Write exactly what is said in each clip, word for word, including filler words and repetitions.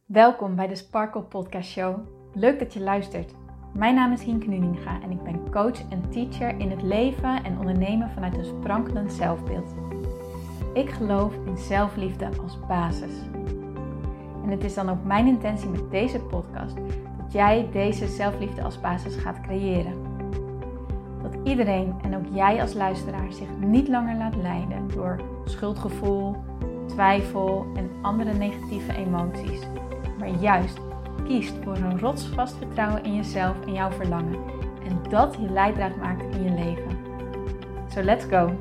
Welkom bij de Sparkle Podcast Show. Leuk dat je luistert. Mijn naam is Hienke Nuninga en ik ben coach en teacher in het leven en ondernemen vanuit een sprankelend zelfbeeld. Ik geloof in zelfliefde als basis. En het is dan ook mijn intentie met deze podcast dat jij deze zelfliefde als basis gaat creëren. Dat iedereen en ook jij als luisteraar zich niet langer laat leiden door schuldgevoel, twijfel en andere negatieve emoties. Maar juist kiest voor een rotsvast vertrouwen in jezelf en jouw verlangen. En dat je leidraad maakt in je leven. So let's go!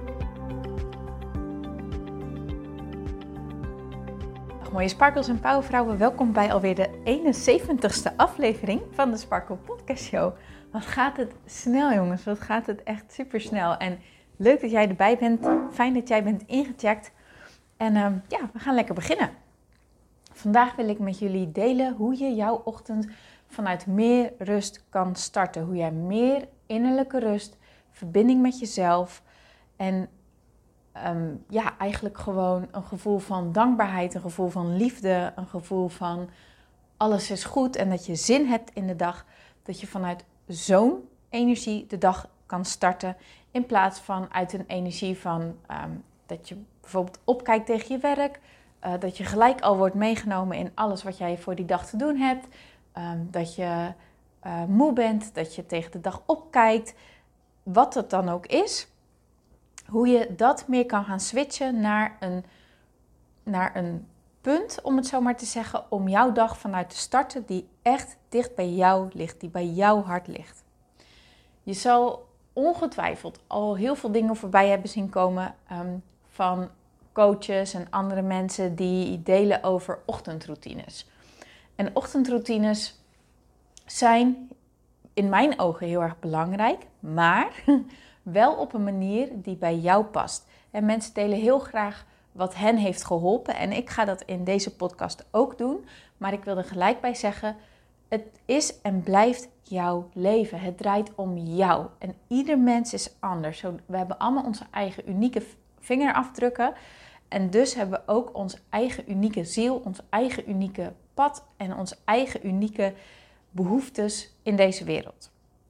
Dag mooie sparkles en powervrouwen, welkom bij alweer de eenenzeventigste aflevering van de Sparkle Podcast Show. Wat gaat het snel jongens, wat gaat het echt super snel. En leuk dat jij erbij bent, fijn dat jij bent ingecheckt. En uh, ja, we gaan lekker beginnen. Vandaag wil ik met jullie delen hoe je jouw ochtend vanuit meer rust kan starten. Hoe jij meer innerlijke rust, verbinding met jezelf en um, ja, eigenlijk gewoon een gevoel van dankbaarheid, een gevoel van liefde, een gevoel van alles is goed en dat je zin hebt in de dag. Dat je vanuit zo'n energie de dag kan starten in plaats van uit een energie van um, dat je bijvoorbeeld opkijkt tegen je werk. Uh, dat je gelijk al wordt meegenomen in alles wat jij voor die dag te doen hebt. Um, dat je uh, moe bent, dat je tegen de dag opkijkt. Wat het dan ook is. Hoe je dat meer kan gaan switchen naar een, naar een punt, om het zo maar te zeggen. Om jouw dag vanuit te starten die echt dicht bij jou ligt. Die bij jouw hart ligt. Je zal ongetwijfeld al heel veel dingen voorbij hebben zien komen um, van coaches en andere mensen die delen over ochtendroutines. En ochtendroutines zijn in mijn ogen heel erg belangrijk, maar wel op een manier die bij jou past. En mensen delen heel graag wat hen heeft geholpen en ik ga dat in deze podcast ook doen. Maar ik wil er gelijk bij zeggen, het is en blijft jouw leven. Het draait om jou. En ieder mens is anders. We hebben allemaal onze eigen unieke vingerafdrukken. En dus hebben we ook onze eigen unieke ziel, ons eigen unieke pad en onze eigen unieke behoeftes in deze wereld.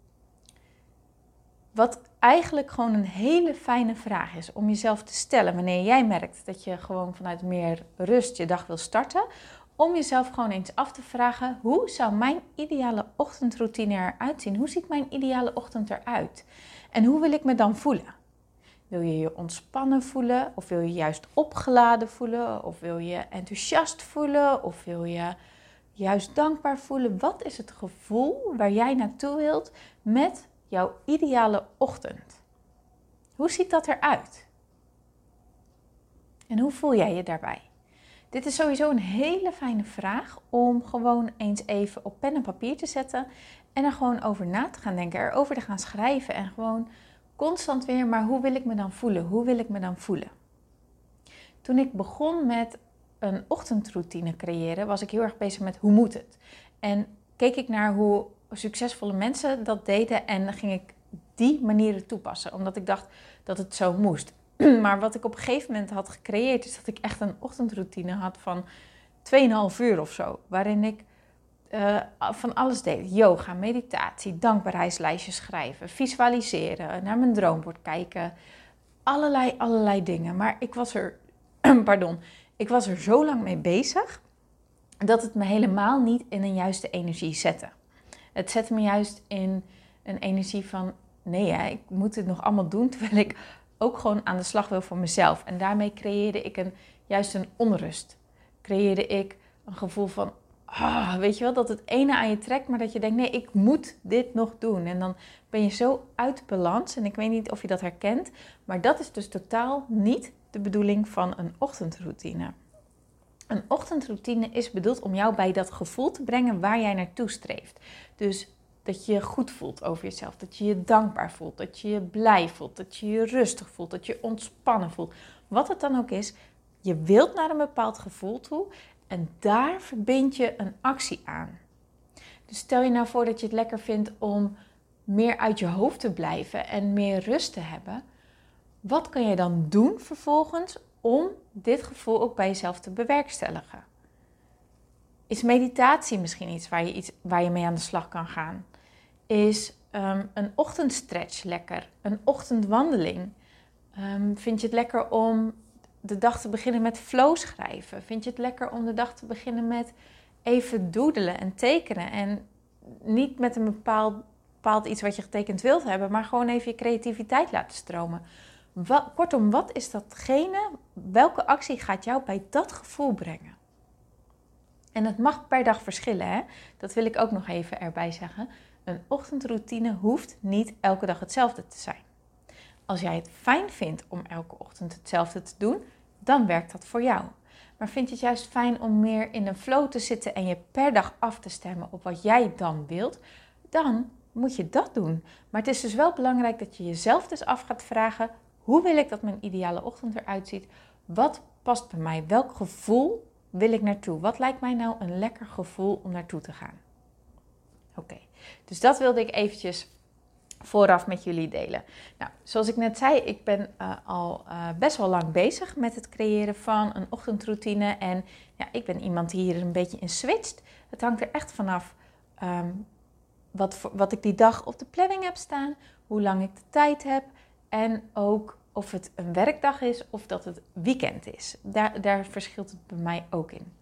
Wat eigenlijk gewoon een hele fijne vraag is om jezelf te stellen wanneer jij merkt dat je gewoon vanuit meer rust je dag wil starten. Om jezelf gewoon eens af te vragen, hoe zou mijn ideale ochtendroutine eruit zien? Hoe ziet mijn ideale ochtend eruit? En hoe wil ik me dan voelen? Wil je je ontspannen voelen? Of wil je juist opgeladen voelen? Of wil je enthousiast voelen? Of wil je juist dankbaar voelen? Wat is het gevoel waar jij naartoe wilt met jouw ideale ochtend? Hoe ziet dat eruit? En hoe voel jij je daarbij? Dit is sowieso een hele fijne vraag om gewoon eens even op pen en papier te zetten. En er gewoon over na te gaan denken, erover te gaan schrijven en gewoon constant weer, maar hoe wil ik me dan voelen? Hoe wil ik me dan voelen? Toen ik begon met een ochtendroutine creëren, was ik heel erg bezig met hoe moet het? En keek ik naar hoe succesvolle mensen dat deden en ging ik die manieren toepassen, omdat ik dacht dat het zo moest. Maar wat ik op een gegeven moment had gecreëerd, is dat ik echt een ochtendroutine had van twee en een half uur of zo, waarin ik Uh, van alles deed. Yoga, meditatie, dankbaarheidslijstjes schrijven, visualiseren, naar mijn droombord kijken. Allerlei, allerlei dingen. Maar ik was er, pardon, ik was er zo lang mee bezig dat het me helemaal niet in een juiste energie zette. Het zette me juist in een energie van, nee hè, ik moet dit nog allemaal doen, terwijl ik ook gewoon aan de slag wil voor mezelf. En daarmee creëerde ik een, juist een onrust. Creëerde ik een gevoel van, Oh, weet je wel, dat het ene aan je trekt, maar dat je denkt, nee, ik moet dit nog doen. En dan ben je zo uit balans. En ik weet niet of je dat herkent, maar dat is dus totaal niet de bedoeling van een ochtendroutine. Een ochtendroutine is bedoeld om jou bij dat gevoel te brengen waar jij naartoe streeft. Dus dat je je goed voelt over jezelf, dat je je dankbaar voelt, dat je je blij voelt, dat je je rustig voelt, dat je je ontspannen voelt. Wat het dan ook is, je wilt naar een bepaald gevoel toe. En daar verbind je een actie aan. Dus stel je nou voor dat je het lekker vindt om meer uit je hoofd te blijven en meer rust te hebben. Wat kan je dan doen vervolgens om dit gevoel ook bij jezelf te bewerkstelligen? Is meditatie misschien iets waar je, iets, waar je mee aan de slag kan gaan? Is um, een ochtendstretch lekker? Een ochtendwandeling? Um, vind je het lekker om de dag te beginnen met flow schrijven? Vind je het lekker om de dag te beginnen met even doodelen en tekenen? En niet met een bepaald, bepaald iets wat je getekend wilt hebben, maar gewoon even je creativiteit laten stromen. Wat, kortom, wat is datgene? Welke actie gaat jou bij dat gevoel brengen? En het mag per dag verschillen, hè? Dat wil ik ook nog even erbij zeggen. Een ochtendroutine hoeft niet elke dag hetzelfde te zijn. Als jij het fijn vindt om elke ochtend hetzelfde te doen, dan werkt dat voor jou. Maar vind je het juist fijn om meer in een flow te zitten en je per dag af te stemmen op wat jij dan wilt, dan moet je dat doen. Maar het is dus wel belangrijk dat je jezelf dus af gaat vragen, hoe wil ik dat mijn ideale ochtend eruit ziet? Wat past bij mij? Welk gevoel wil ik naartoe? Wat lijkt mij nou een lekker gevoel om naartoe te gaan? Oké, okay. Dus dat wilde ik eventjes vooraf met jullie delen. Nou, zoals ik net zei, ik ben uh, al uh, best wel lang bezig met het creëren van een ochtendroutine. En ja, ik ben iemand die hier een beetje in switcht. Het hangt er echt vanaf um, wat, voor, wat ik die dag op de planning heb staan, hoe lang ik de tijd heb en ook of het een werkdag is of dat het weekend is. Daar, daar verschilt het bij mij ook in.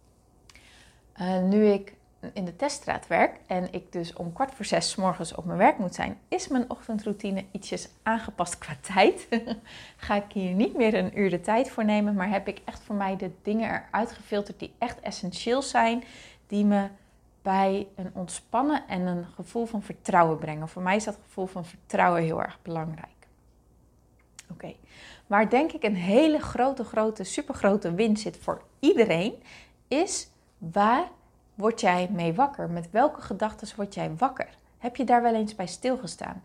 Uh, nu ik in de teststraat werk en ik dus om kwart voor zes 's morgens op mijn werk moet zijn, is mijn ochtendroutine ietsjes aangepast qua tijd. Ga ik hier niet meer een uur de tijd voor nemen, maar heb ik echt voor mij de dingen eruit gefilterd die echt essentieel zijn, die me bij een ontspannen en een gevoel van vertrouwen brengen. Voor mij is dat gevoel van vertrouwen heel erg belangrijk. Oké, okay. Waar denk ik een hele grote, grote, supergrote win zit voor iedereen, is waar word jij mee wakker? Met welke gedachten word jij wakker? Heb je daar wel eens bij stilgestaan?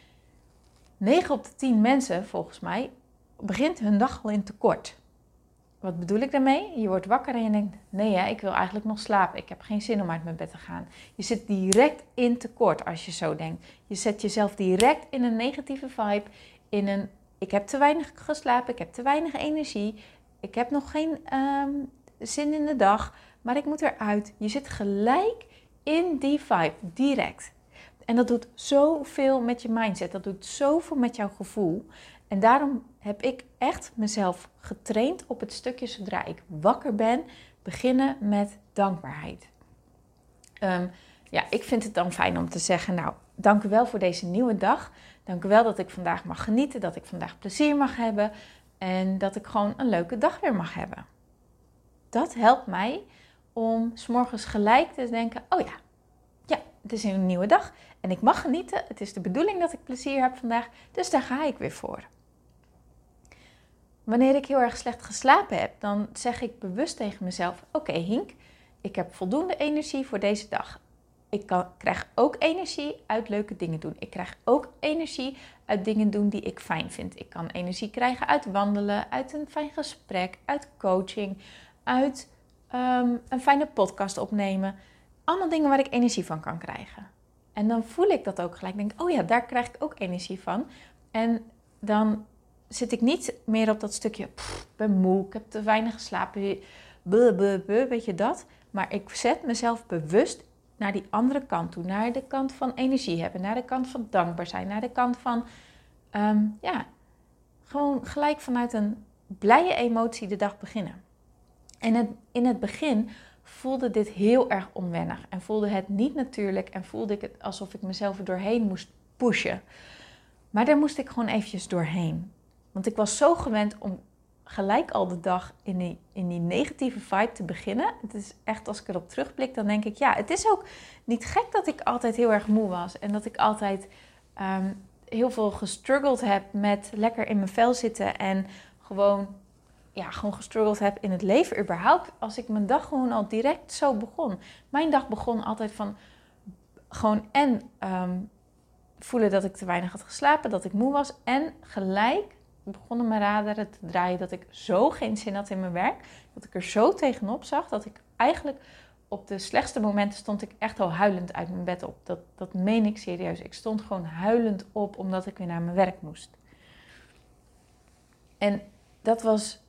negen op de tien mensen, volgens mij, begint hun dag al in tekort. Wat bedoel ik daarmee? Je wordt wakker en je denkt, nee ja, ik wil eigenlijk nog slapen. Ik heb geen zin om uit mijn bed te gaan. Je zit direct in tekort als je zo denkt. Je zet jezelf direct in een negatieve vibe, in een ik heb te weinig geslapen, ik heb te weinig energie, ik heb nog geen um, zin in de dag, maar ik moet eruit. Je zit gelijk in die vibe, direct. En dat doet zoveel met je mindset, dat doet zoveel met jouw gevoel. En daarom heb ik echt mezelf getraind op het stukje zodra ik wakker ben, beginnen met dankbaarheid. Um, ja, ik vind het dan fijn om te zeggen, nou, dank u wel voor deze nieuwe dag. Dank u wel dat ik vandaag mag genieten, dat ik vandaag plezier mag hebben en dat ik gewoon een leuke dag weer mag hebben. Dat helpt mij om 's morgens gelijk te denken, oh ja, ja, het is een nieuwe dag en ik mag genieten. Het is de bedoeling dat ik plezier heb vandaag, dus daar ga ik weer voor. Wanneer ik heel erg slecht geslapen heb, dan zeg ik bewust tegen mezelf, oké okay, Hink, ik heb voldoende energie voor deze dag. Ik kan, krijg ook energie uit leuke dingen doen. Ik krijg ook energie uit dingen doen die ik fijn vind. Ik kan energie krijgen uit wandelen, uit een fijn gesprek, uit coaching, uit um, een fijne podcast opnemen. Allemaal dingen waar ik energie van kan krijgen. En dan voel ik dat ook gelijk. Ik denk, oh ja, daar krijg ik ook energie van. En dan zit ik niet meer op dat stukje, ik ben moe, ik heb te weinig geslapen, blablabla, weet je dat. Maar ik zet mezelf bewust naar die andere kant toe. Naar de kant van energie hebben. Naar de kant van dankbaar zijn. Naar de kant van, um, ja, gewoon gelijk vanuit een blije emotie de dag beginnen. En het, in het begin voelde dit heel erg onwennig. En voelde het niet natuurlijk. En voelde ik het alsof ik mezelf er doorheen moest pushen. Maar daar moest ik gewoon eventjes doorheen. Want ik was zo gewend om gelijk al de dag in die, in die negatieve vibe te beginnen. Het is echt, als ik erop terugblik, dan denk ik, ja, het is ook niet gek dat ik altijd heel erg moe was. En dat ik altijd um, heel veel gestruggeld heb met lekker in mijn vel zitten. En gewoon, ja, gewoon gestruggeld heb in het leven überhaupt. Als ik mijn dag gewoon al direct zo begon. Mijn dag begon altijd van gewoon en um, voelen dat ik te weinig had geslapen, dat ik moe was. En gelijk begonnen mijn radaren te draaien dat ik zo geen zin had in mijn werk. Dat ik er zo tegenop zag dat ik eigenlijk op de slechtste momenten stond ik echt al huilend uit mijn bed op. Dat, dat meen ik serieus. Ik stond gewoon huilend op omdat ik weer naar mijn werk moest. En dat was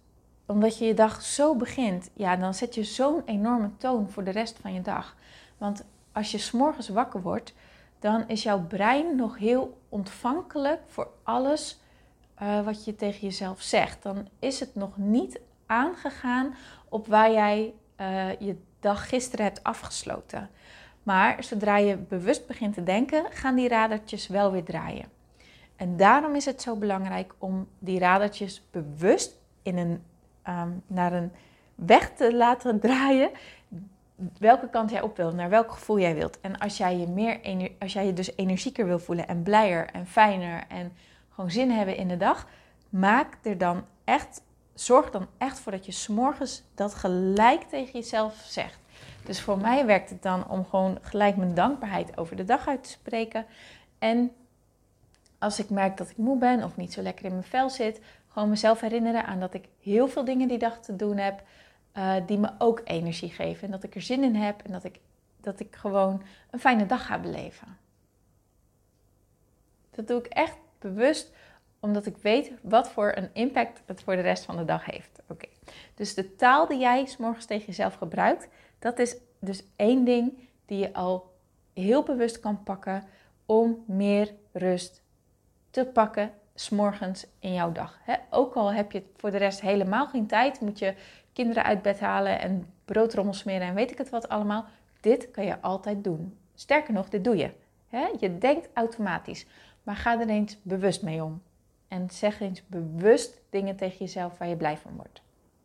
omdat je je dag zo begint, ja, dan zet je zo'n enorme toon voor de rest van je dag. Want als je 's morgens wakker wordt, dan is jouw brein nog heel ontvankelijk voor alles uh, wat je tegen jezelf zegt. Dan is het nog niet aangegaan op waar jij uh, je dag gisteren hebt afgesloten. Maar zodra je bewust begint te denken, gaan die radertjes wel weer draaien. En daarom is het zo belangrijk om die radertjes bewust in een, um, naar een weg te laten draaien. Welke kant jij op wilt, naar welk gevoel jij wilt. En als jij je, meer ener- als jij je dus energieker wil voelen en blijer en fijner en gewoon zin hebben in de dag, maak er dan echt, zorg dan echt voor dat je 's morgens dat gelijk tegen jezelf zegt. Dus voor mij werkt het dan om gewoon gelijk mijn dankbaarheid over de dag uit te spreken. En als ik merk dat ik moe ben of niet zo lekker in mijn vel zit, gewoon mezelf herinneren aan dat ik heel veel dingen die dag te doen heb, uh, die me ook energie geven. En dat ik er zin in heb en dat ik, dat ik gewoon een fijne dag ga beleven. Dat doe ik echt bewust, omdat ik weet wat voor een impact het voor de rest van de dag heeft. Oké. Okay. Dus de taal die jij 's morgens tegen jezelf gebruikt, dat is dus één ding die je al heel bewust kan pakken om meer rust te pakken 's morgens in jouw dag. He, ook al heb je voor de rest helemaal geen tijd, moet je kinderen uit bed halen en broodrommel smeren en weet ik het wat allemaal. Dit kan je altijd doen. Sterker nog, dit doe je. He, je denkt automatisch, maar ga er eens bewust mee om. En zeg eens bewust dingen tegen jezelf waar je blij van wordt.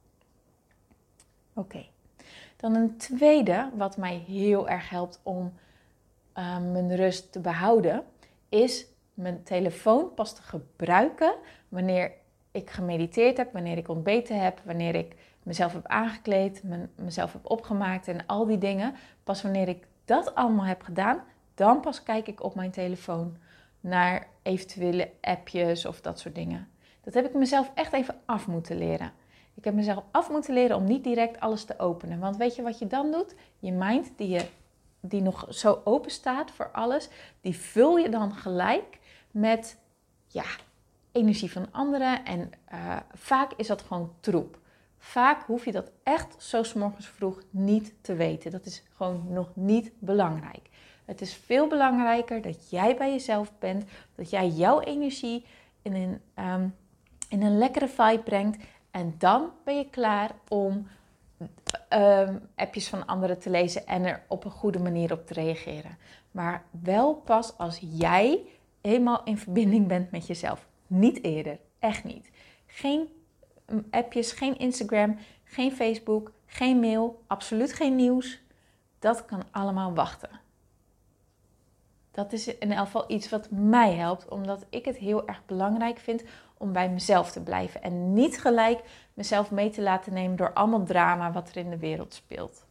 Oké. Okay. Dan een tweede, wat mij heel erg helpt om uh, mijn rust te behouden, is mijn telefoon pas te gebruiken wanneer ik gemediteerd heb, wanneer ik ontbeten heb, wanneer ik mezelf heb aangekleed, mijn, mezelf heb opgemaakt en al die dingen. Pas wanneer ik dat allemaal heb gedaan, dan pas kijk ik op mijn telefoon naar eventuele appjes of dat soort dingen. Dat heb ik mezelf echt even af moeten leren. Ik heb mezelf af moeten leren om niet direct alles te openen. Want weet je wat je dan doet? Je mind die, je, die nog zo open staat voor alles, die vul je dan gelijk met ja, energie van anderen. En uh, vaak is dat gewoon troep. Vaak hoef je dat echt zo 's morgens vroeg niet te weten. Dat is gewoon nog niet belangrijk. Het is veel belangrijker dat jij bij jezelf bent. Dat jij jouw energie in een, um, in een lekkere vibe brengt. En dan ben je klaar om um, appjes van anderen te lezen en er op een goede manier op te reageren. Maar wel pas als jij helemaal in verbinding bent met jezelf. Niet eerder. Echt niet. Geen appjes, geen Instagram, geen Facebook, geen mail, absoluut geen nieuws. Dat kan allemaal wachten. Dat is in elk geval iets wat mij helpt, omdat ik het heel erg belangrijk vind om bij mezelf te blijven. En niet gelijk mezelf mee te laten nemen door allemaal drama wat er in de wereld speelt.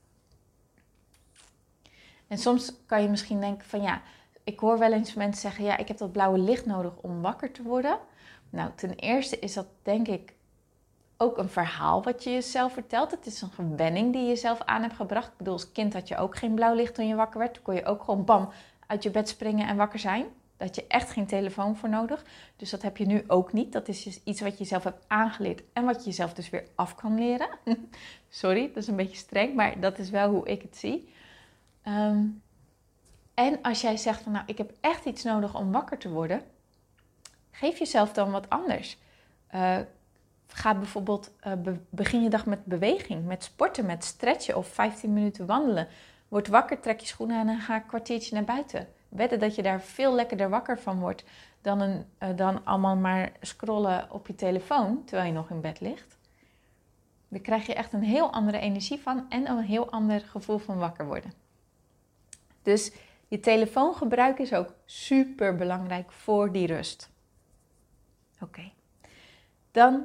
En soms kan je misschien denken van ja, ik hoor wel eens mensen zeggen, ja, ik heb dat blauwe licht nodig om wakker te worden. Nou, ten eerste is dat denk ik ook een verhaal wat je jezelf vertelt. Het is een gewenning die je jezelf aan hebt gebracht. Ik bedoel, als kind had je ook geen blauw licht toen je wakker werd. Toen kon je ook gewoon bam uit je bed springen en wakker zijn. Daar had je echt geen telefoon voor nodig. Dus dat heb je nu ook niet. Dat is dus iets wat je jezelf hebt aangeleerd en wat je jezelf dus weer af kan leren. Sorry, dat is een beetje streng, maar dat is wel hoe ik het zie. Um, en als jij zegt van nou, ik heb echt iets nodig om wakker te worden, geef jezelf dan wat anders. Uh, Ga bijvoorbeeld, uh, be- begin je dag met beweging, met sporten, met stretchen of vijftien minuten wandelen. Word wakker, trek je schoenen aan en ga een kwartiertje naar buiten. Wedden dat je daar veel lekkerder wakker van wordt dan, een, uh, dan allemaal maar scrollen op je telefoon terwijl je nog in bed ligt. Daar krijg je echt een heel andere energie van en een heel ander gevoel van wakker worden. Dus je telefoongebruik is ook super belangrijk voor die rust. Oké, okay. Dan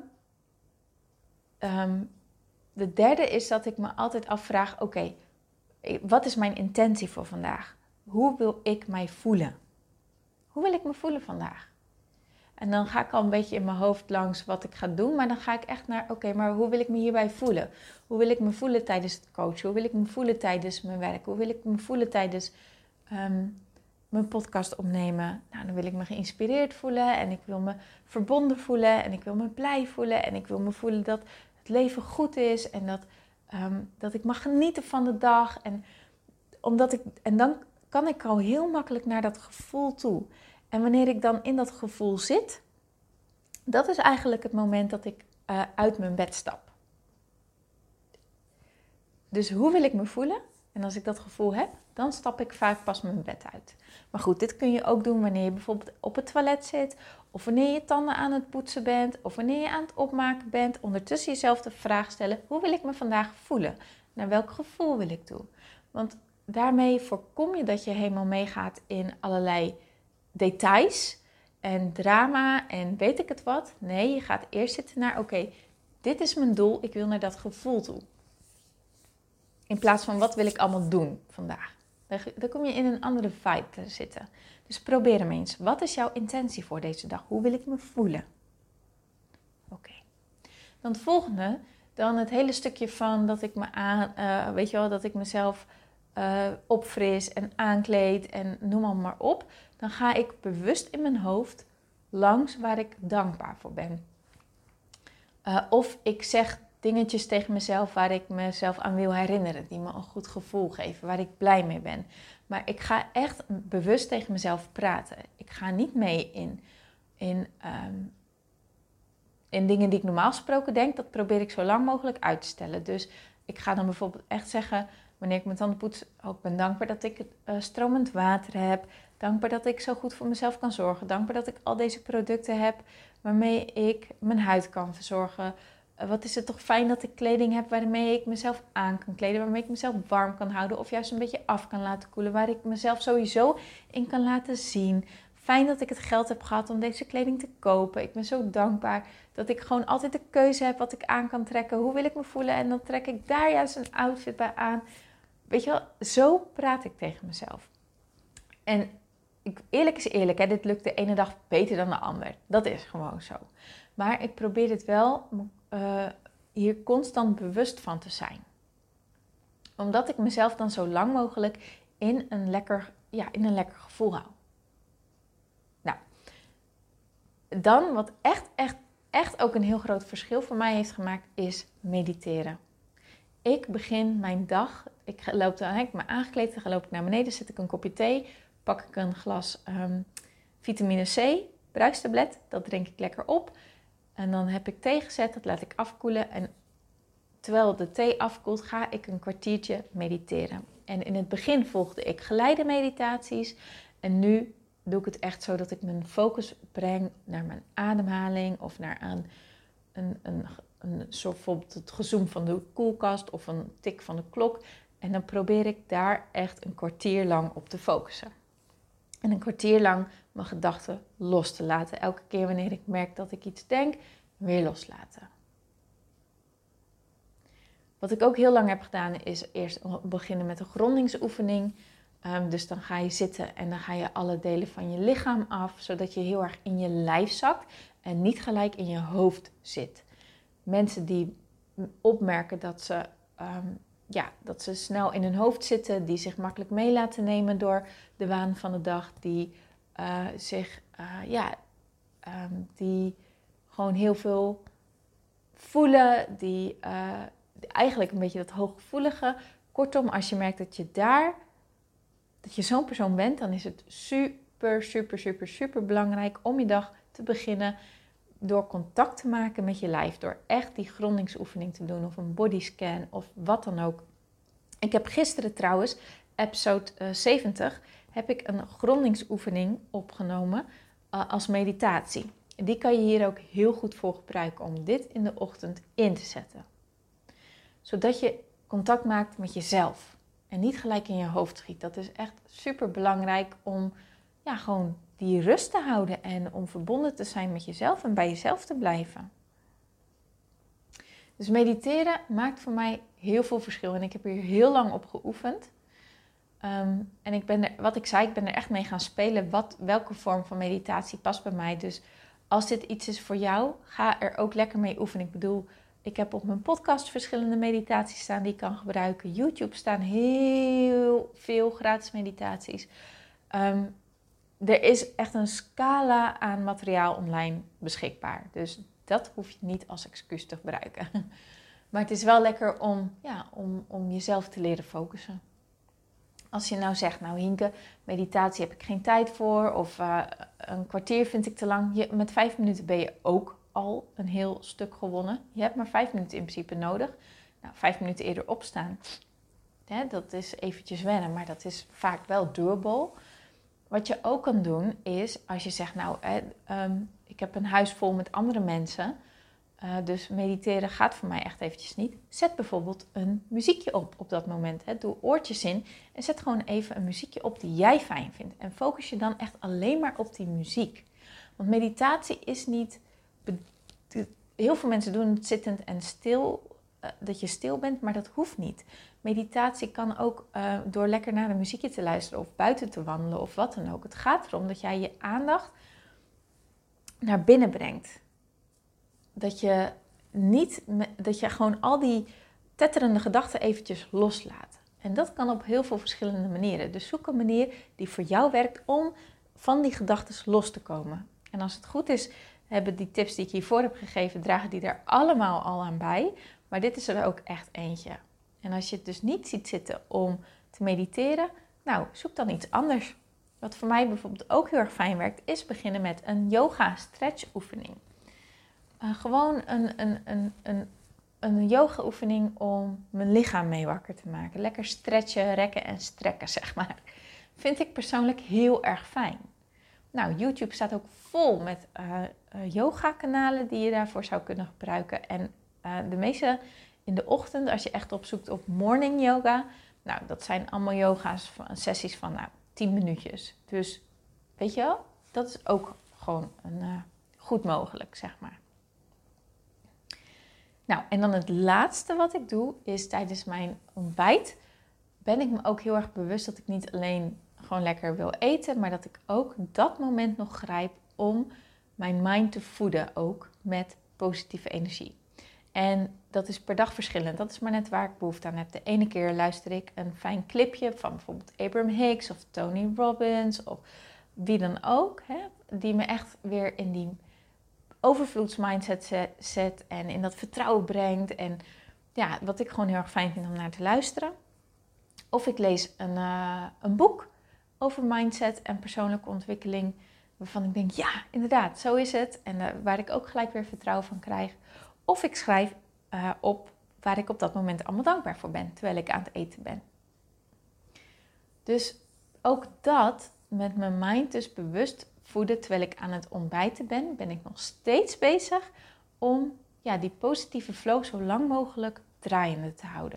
Um, de derde is dat ik me altijd afvraag, oké, okay, wat is mijn intentie voor vandaag? Hoe wil ik mij voelen? Hoe wil ik me voelen vandaag? En dan ga ik al een beetje in mijn hoofd langs wat ik ga doen, maar dan ga ik echt naar, oké, okay, maar hoe wil ik me hierbij voelen? Hoe wil ik me voelen tijdens het coachen? Hoe wil ik me voelen tijdens mijn werk? Hoe wil ik me voelen tijdens um, mijn podcast opnemen? Nou, dan wil ik me geïnspireerd voelen en ik wil me verbonden voelen en ik wil me blij voelen en ik wil me voelen dat het leven goed is en dat, um, dat ik mag genieten van de dag. En, omdat ik, en dan kan ik al heel makkelijk naar dat gevoel toe. En wanneer ik dan in dat gevoel zit, dat is eigenlijk het moment dat ik uh, uit mijn bed stap. Dus hoe wil ik me voelen? En als ik dat gevoel heb, dan stap ik vaak pas mijn bed uit. Maar goed, dit kun je ook doen wanneer je bijvoorbeeld op het toilet zit, of wanneer je tanden aan het poetsen bent, of wanneer je aan het opmaken bent. Ondertussen jezelf de vraag stellen, hoe wil ik me vandaag voelen? Naar welk gevoel wil ik toe? Want daarmee voorkom je dat je helemaal meegaat in allerlei details en drama en weet ik het wat. Nee, je gaat eerst zitten naar, oké, okay, dit is mijn doel, ik wil naar dat gevoel toe. In plaats van, wat wil ik allemaal doen vandaag? Dan kom je in een andere vibe te zitten. Dus probeer hem eens. Wat is jouw intentie voor deze dag? Hoe wil ik me voelen? Oké. Okay. Dan het volgende, dan het hele stukje van dat ik me aan, uh, weet je wel, dat ik mezelf uh, opfris en aankleed en noem al maar op. Dan ga ik bewust in mijn hoofd langs waar ik dankbaar voor ben. Uh, of ik zeg dingetjes tegen mezelf waar ik mezelf aan wil herinneren. Die me een goed gevoel geven, waar ik blij mee ben. Maar ik ga echt bewust tegen mezelf praten. Ik ga niet mee in, in, um, in dingen die ik normaal gesproken denk. Dat probeer ik zo lang mogelijk uit te stellen. Dus ik ga dan bijvoorbeeld echt zeggen, wanneer ik mijn tanden poets, oh, ik ben dankbaar dat ik uh, stromend water heb. Dankbaar dat ik zo goed voor mezelf kan zorgen. Dankbaar dat ik al deze producten heb waarmee ik mijn huid kan verzorgen. Wat is het toch fijn dat ik kleding heb waarmee ik mezelf aan kan kleden, waarmee ik mezelf warm kan houden of juist een beetje af kan laten koelen, waar ik mezelf sowieso in kan laten zien. Fijn dat ik het geld heb gehad om deze kleding te kopen. Ik ben zo dankbaar dat ik gewoon altijd de keuze heb wat ik aan kan trekken. Hoe wil ik me voelen? En dan trek ik daar juist een outfit bij aan. Weet je wel, zo praat ik tegen mezelf. En ik, eerlijk is eerlijk, hè, dit lukt de ene dag beter dan de ander. Dat is gewoon zo. Maar ik probeer het wel uh, hier constant bewust van te zijn. Omdat ik mezelf dan zo lang mogelijk in een lekker, ja, in een lekker gevoel hou. Nou, dan wat echt, echt, echt ook een heel groot verschil voor mij heeft gemaakt, is mediteren. Ik begin mijn dag, ik loop dan, heb ik me aangekleed, dan loop ik naar beneden, zet ik een kopje thee, pak ik een glas um, vitamine C, bruistablet, dat drink ik lekker op. En dan heb ik thee gezet, dat laat ik afkoelen. En terwijl de thee afkoelt, ga ik een kwartiertje mediteren. En in het begin volgde ik geleide meditaties. En nu doe ik het echt zo dat ik mijn focus breng naar mijn ademhaling. Of naar een, een, een, een soort bijvoorbeeld het gezoem van de koelkast of een tik van de klok. En dan probeer ik daar echt een kwartier lang op te focussen. En een kwartier lang mijn gedachten los te laten. Elke keer wanneer ik merk dat ik iets denk, weer loslaten. Wat ik ook heel lang heb gedaan, is eerst beginnen met een grondingsoefening. Um, dus dan ga je zitten en dan ga je alle delen van je lichaam af, zodat je heel erg in je lijf zakt en niet gelijk in je hoofd zit. Mensen die opmerken dat ze, um, ja, dat ze snel in hun hoofd zitten, die zich makkelijk mee laten nemen door de waan van de dag, die uh, zich, uh, ja, um, die gewoon heel veel voelen, die, uh, die eigenlijk een beetje dat hooggevoelige. Kortom, als je merkt dat je daar, dat je zo'n persoon bent, dan is het super, super, super, super belangrijk om je dag te beginnen door contact te maken met je lijf. Door echt die grondingsoefening te doen of een bodyscan of wat dan ook. Ik heb gisteren trouwens, episode uh, zeventig, heb ik een grondingsoefening opgenomen uh, als meditatie. Die kan je hier ook heel goed voor gebruiken om dit in de ochtend in te zetten. Zodat je contact maakt met jezelf en niet gelijk in je hoofd schiet. Dat is echt super belangrijk om ja, gewoon die rust te houden en om verbonden te zijn met jezelf en bij jezelf te blijven. Dus mediteren maakt voor mij heel veel verschil en ik heb hier heel lang op geoefend. Um, en ik ben er, wat ik zei, ik ben er echt mee gaan spelen. Wat, welke vorm van meditatie past bij mij. Dus als dit iets is voor jou, ga er ook lekker mee oefenen. Ik bedoel, ik heb op mijn podcast verschillende meditaties staan die ik kan gebruiken. YouTube staan heel veel gratis meditaties. Um, er is echt een scala aan materiaal online beschikbaar. Dus dat hoef je niet als excuus te gebruiken. Maar het is wel lekker om, ja, om, om jezelf te leren focussen. Als je nou zegt, nou Hienke, meditatie heb ik geen tijd voor. Of uh, een kwartier vind ik te lang. Je, met vijf minuten ben je ook al een heel stuk gewonnen. Je hebt maar vijf minuten in principe nodig. Nou, vijf minuten eerder opstaan. Hè, dat is eventjes wennen, maar dat is vaak wel doable. Wat je ook kan doen is, als je zegt, nou, hè, um, ik heb een huis vol met andere mensen. Uh, dus mediteren gaat voor mij echt eventjes niet. Zet bijvoorbeeld een muziekje op op dat moment. Hè. Doe oortjes in en zet gewoon even een muziekje op die jij fijn vindt. En focus je dan echt alleen maar op die muziek. Want meditatie is niet... Heel veel mensen doen het zittend en stil, uh, dat je stil bent, maar dat hoeft niet. Meditatie kan ook uh, door lekker naar een muziekje te luisteren of buiten te wandelen of wat dan ook. Het gaat erom dat jij je aandacht naar binnen brengt. Dat je niet, dat je gewoon al die tetterende gedachten eventjes loslaat. En dat kan op heel veel verschillende manieren. Dus zoek een manier die voor jou werkt om van die gedachten los te komen. En als het goed is, hebben die tips die ik hiervoor heb gegeven, dragen die er allemaal al aan bij. Maar dit is er ook echt eentje. En als je het dus niet ziet zitten om te mediteren, nou, zoek dan iets anders. Wat voor mij bijvoorbeeld ook heel erg fijn werkt, is beginnen met een yoga stretch oefening. Uh, gewoon een, een, een, een, een yoga oefening om mijn lichaam mee wakker te maken. Lekker stretchen, rekken en strekken, zeg maar. Vind ik persoonlijk heel erg fijn. Nou, YouTube staat ook vol met uh, uh, yoga kanalen die je daarvoor zou kunnen gebruiken. En uh, de meeste in de ochtend, als je echt opzoekt op morning yoga. Nou, dat zijn allemaal yoga's, van, sessies van nou, tien minuutjes. Dus, weet je wel, dat is ook gewoon een, uh, goed mogelijk, zeg maar. Nou, en dan het laatste wat ik doe, is tijdens mijn ontbijt ben ik me ook heel erg bewust dat ik niet alleen gewoon lekker wil eten, maar dat ik ook dat moment nog grijp om mijn mind te voeden, ook met positieve energie. En dat is per dag verschillend. Dat is maar net waar ik behoefte aan heb. De ene keer luister ik een fijn clipje van bijvoorbeeld Abraham Hicks of Tony Robbins of wie dan ook, hè, die me echt weer in die overvloedsmindset zet en in dat vertrouwen brengt. En ja, wat ik gewoon heel erg fijn vind om naar te luisteren. Of ik lees een, uh, een boek over mindset en persoonlijke ontwikkeling, waarvan ik denk, ja, inderdaad, zo is het. En uh, waar ik ook gelijk weer vertrouwen van krijg. Of ik schrijf uh, op waar ik op dat moment allemaal dankbaar voor ben, terwijl ik aan het eten ben. Dus ook dat, met mijn mind dus bewust voeden terwijl ik aan het ontbijten ben, ben ik nog steeds bezig om ja, die positieve flow zo lang mogelijk draaiende te houden.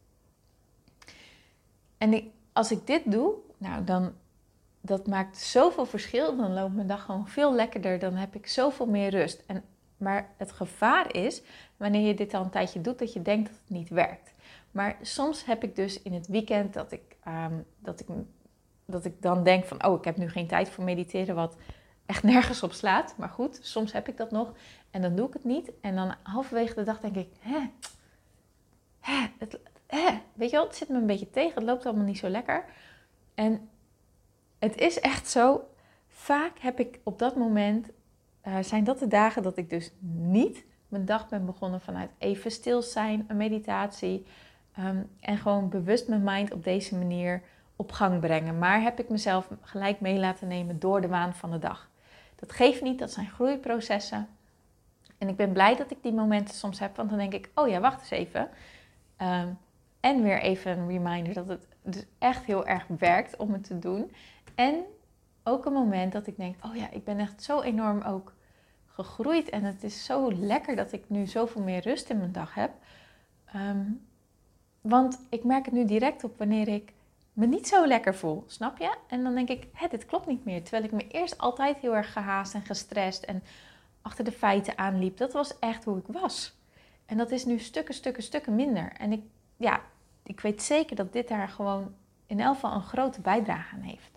En ik, als ik dit doe, nou dan, dat maakt zoveel verschil. Dan loopt mijn dag gewoon veel lekkerder. Dan heb ik zoveel meer rust. En, maar het gevaar is, wanneer je dit al een tijdje doet, dat je denkt dat het niet werkt. Maar soms heb ik dus in het weekend dat ik, um, dat ik, dat ik dan denk van, oh, ik heb nu geen tijd voor mediteren, wat echt nergens op slaat. Maar goed, soms heb ik dat nog en dan doe ik het niet. En dan halverwege de dag denk ik, hè, hè, het... Eh, weet je wel, het zit me een beetje tegen. Het loopt allemaal niet zo lekker. En het is echt zo. Vaak heb ik op dat moment... Uh, zijn dat de dagen dat ik dus niet mijn dag ben begonnen vanuit even stil zijn, een meditatie. Um, en gewoon bewust mijn mind op deze manier op gang brengen. Maar heb ik mezelf gelijk mee laten nemen door de waan van de dag. Dat geeft niet, dat zijn groeiprocessen. En ik ben blij dat ik die momenten soms heb. Want dan denk ik, oh ja, wacht eens even. Um, En weer even een reminder dat het dus echt heel erg werkt om het te doen. En ook een moment dat ik denk, oh ja, ik ben echt zo enorm ook gegroeid. En het is zo lekker dat ik nu zoveel meer rust in mijn dag heb. Um, want ik merk het nu direct op wanneer ik me niet zo lekker voel, snap je? En dan denk ik, hé, dit klopt niet meer. Terwijl ik me eerst altijd heel erg gehaast en gestrest en achter de feiten aanliep. Dat was echt hoe ik was. En dat is nu stukken, stukken, stukken minder. En ik, ja, ik weet zeker dat dit daar gewoon in elk geval een grote bijdrage aan heeft.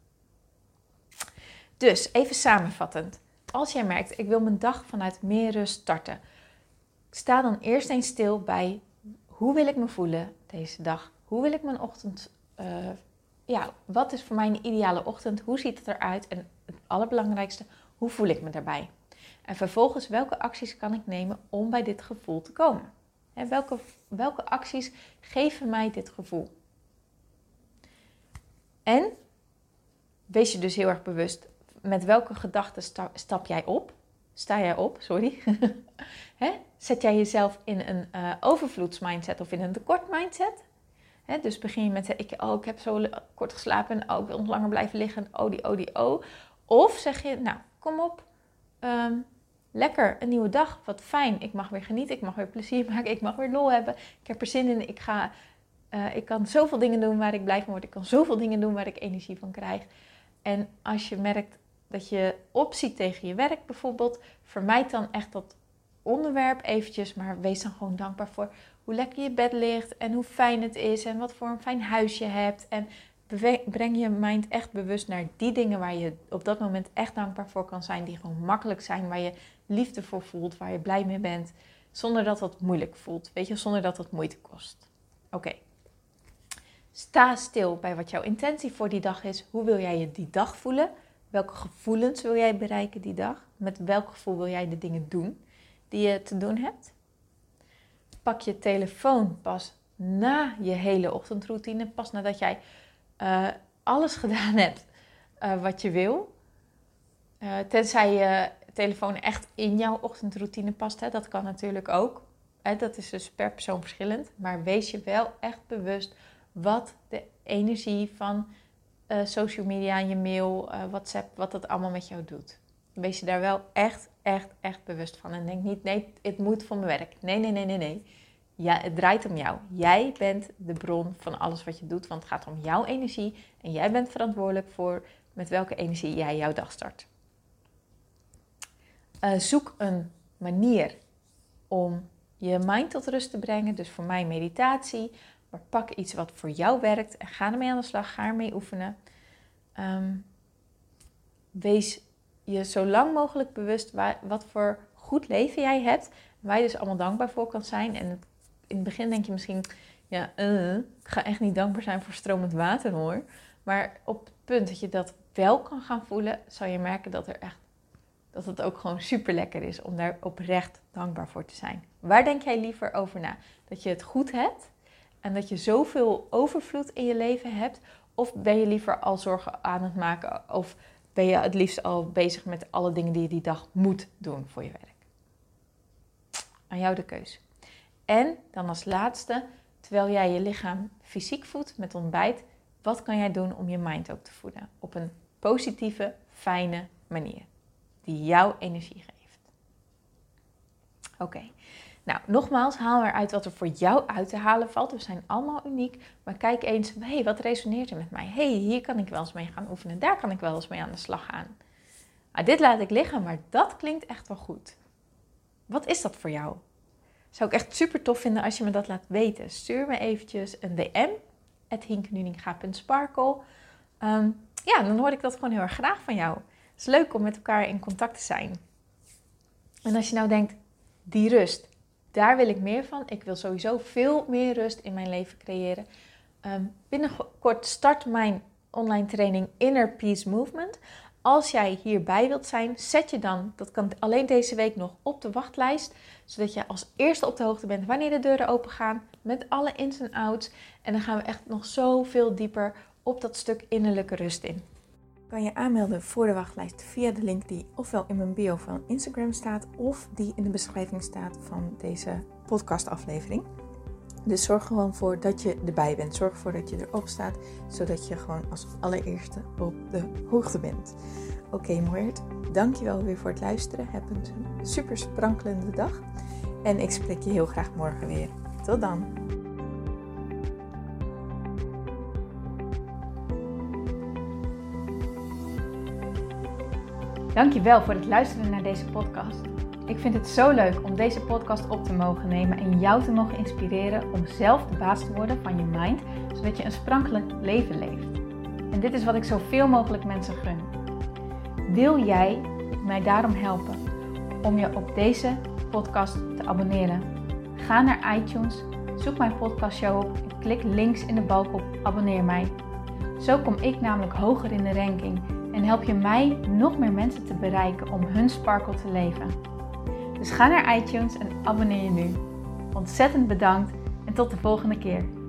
Dus, even samenvattend. Als jij merkt, ik wil mijn dag vanuit meer rust starten. Sta dan eerst eens stil bij, hoe wil ik me voelen deze dag? Hoe wil ik mijn ochtend, uh, ja, wat is voor mij een ideale ochtend? Hoe ziet het eruit? En het allerbelangrijkste, hoe voel ik me daarbij? En vervolgens, welke acties kan ik nemen om bij dit gevoel te komen? Hè, welke, welke acties geven mij dit gevoel? En wees je dus heel erg bewust met welke gedachten sta, stap jij op? Sta jij op, sorry. Hè? Zet jij jezelf in een uh, overvloedsmindset of in een tekortmindset? Hè? Dus begin je met, ik, oh, ik heb zo kort geslapen, oh, ik wil nog langer blijven liggen, oh die, oh die, oh. Of zeg je, nou, kom op, um, lekker, een nieuwe dag, wat fijn. Ik mag weer genieten, ik mag weer plezier maken, ik mag weer lol hebben. Ik heb er zin in, ik, ga, uh, ik kan zoveel dingen doen waar ik blij van word. Ik kan zoveel dingen doen waar ik energie van krijg. En als je merkt dat je opziet tegen je werk bijvoorbeeld, vermijd dan echt dat onderwerp eventjes, maar wees dan gewoon dankbaar voor hoe lekker je bed ligt en hoe fijn het is en wat voor een fijn huis je hebt. En bewe- breng je mind echt bewust naar die dingen waar je op dat moment echt dankbaar voor kan zijn, die gewoon makkelijk zijn, waar je liefde voor voelt, waar je blij mee bent, zonder dat dat moeilijk voelt, weet je, zonder dat dat moeite kost. Oké. Okay. Sta stil bij wat jouw intentie voor die dag is. Hoe wil jij je die dag voelen? Welke gevoelens wil jij bereiken die dag? Met welk gevoel wil jij de dingen doen die je te doen hebt? Pak je telefoon pas na je hele ochtendroutine. Pas nadat jij uh, alles gedaan hebt uh, wat je wil. Uh, tenzij je telefoon echt in jouw ochtendroutine past. Hè? Dat kan natuurlijk ook. Hè? Dat is dus per persoon verschillend. Maar wees je wel echt bewust wat de energie van uh, social media, je mail, uh, WhatsApp, wat dat allemaal met jou doet. Wees je daar wel echt, echt, echt bewust van. En denk niet, nee, het moet voor mijn werk. Nee, nee, nee, nee, nee. Ja, het draait om jou. Jij bent de bron van alles wat je doet, want het gaat om jouw energie. En jij bent verantwoordelijk voor met welke energie jij jouw dag start. Uh, zoek een manier om je mind tot rust te brengen. Dus voor mij meditatie. Maar pak iets wat voor jou werkt en ga ermee aan de slag. Ga ermee oefenen. Um, wees je zo lang mogelijk bewust waar, wat voor goed leven jij hebt. Waar je dus allemaal dankbaar voor kan zijn. En in het begin denk je misschien, ja, uh, ik ga echt niet dankbaar zijn voor stromend water hoor. Maar op het punt dat je dat wel kan gaan voelen, zal je merken dat er echt, dat het ook gewoon super lekker is om daar oprecht dankbaar voor te zijn. Waar denk jij liever over na? Dat je het goed hebt? En dat je zoveel overvloed in je leven hebt? Of ben je liever al zorgen aan het maken? Of ben je het liefst al bezig met alle dingen die je die dag moet doen voor je werk? Aan jou de keus. En dan als laatste, terwijl jij je lichaam fysiek voedt met ontbijt, wat kan jij doen om je mind ook te voeden? Op een positieve, fijne manier. Die jouw energie geeft. Oké. Okay. Nou, nogmaals, haal eruit wat er voor jou uit te halen valt. We zijn allemaal uniek. Maar kijk eens, hé, hey, wat resoneert er met mij? Hé, hey, hier kan ik wel eens mee gaan oefenen. Daar kan ik wel eens mee aan de slag gaan. Nou, dit laat ik liggen, maar dat klinkt echt wel goed. Wat is dat voor jou? Zou ik echt super tof vinden als je me dat laat weten. Stuur me eventjes een D M, at hinkenuninga punt sparkle. Um, ja, dan hoor ik dat gewoon heel erg graag van jou. Het is leuk om met elkaar in contact te zijn. En als je nou denkt, die rust, daar wil ik meer van. Ik wil sowieso veel meer rust in mijn leven creëren. Um, binnenkort start mijn online training Inner Peace Movement. Als jij hierbij wilt zijn, zet je dan, dat kan alleen deze week nog, op de wachtlijst. Zodat je als eerste op de hoogte bent wanneer de deuren open gaan. Met alle ins en outs. En dan gaan we echt nog zoveel dieper op dat stuk innerlijke rust in. Kan je aanmelden voor de wachtlijst via de link die ofwel in mijn bio van Instagram staat, of die in de beschrijving staat van deze podcastaflevering. Dus zorg gewoon voor dat je erbij bent. Zorg ervoor dat je erop staat, zodat je gewoon als allereerste op de hoogte bent. Oké, okay, Moert, dankjewel weer voor het luisteren. Heb een super sprankelende dag. En ik spreek je heel graag morgen weer. Tot dan! Dankjewel voor het luisteren naar deze podcast. Ik vind het zo leuk om deze podcast op te mogen nemen en jou te mogen inspireren om zelf de baas te worden van je mind, zodat je een sprankelend leven leeft. En dit is wat ik zoveel mogelijk mensen gun. Wil jij mij daarom helpen om je op deze podcast te abonneren? Ga naar iTunes, zoek mijn podcastshow op en klik links in de balk op abonneer mij. Zo kom ik namelijk hoger in de ranking en help je mij nog meer mensen te bereiken om hun sparkle te leven. Dus ga naar iTunes en abonneer je nu. Ontzettend bedankt en tot de volgende keer.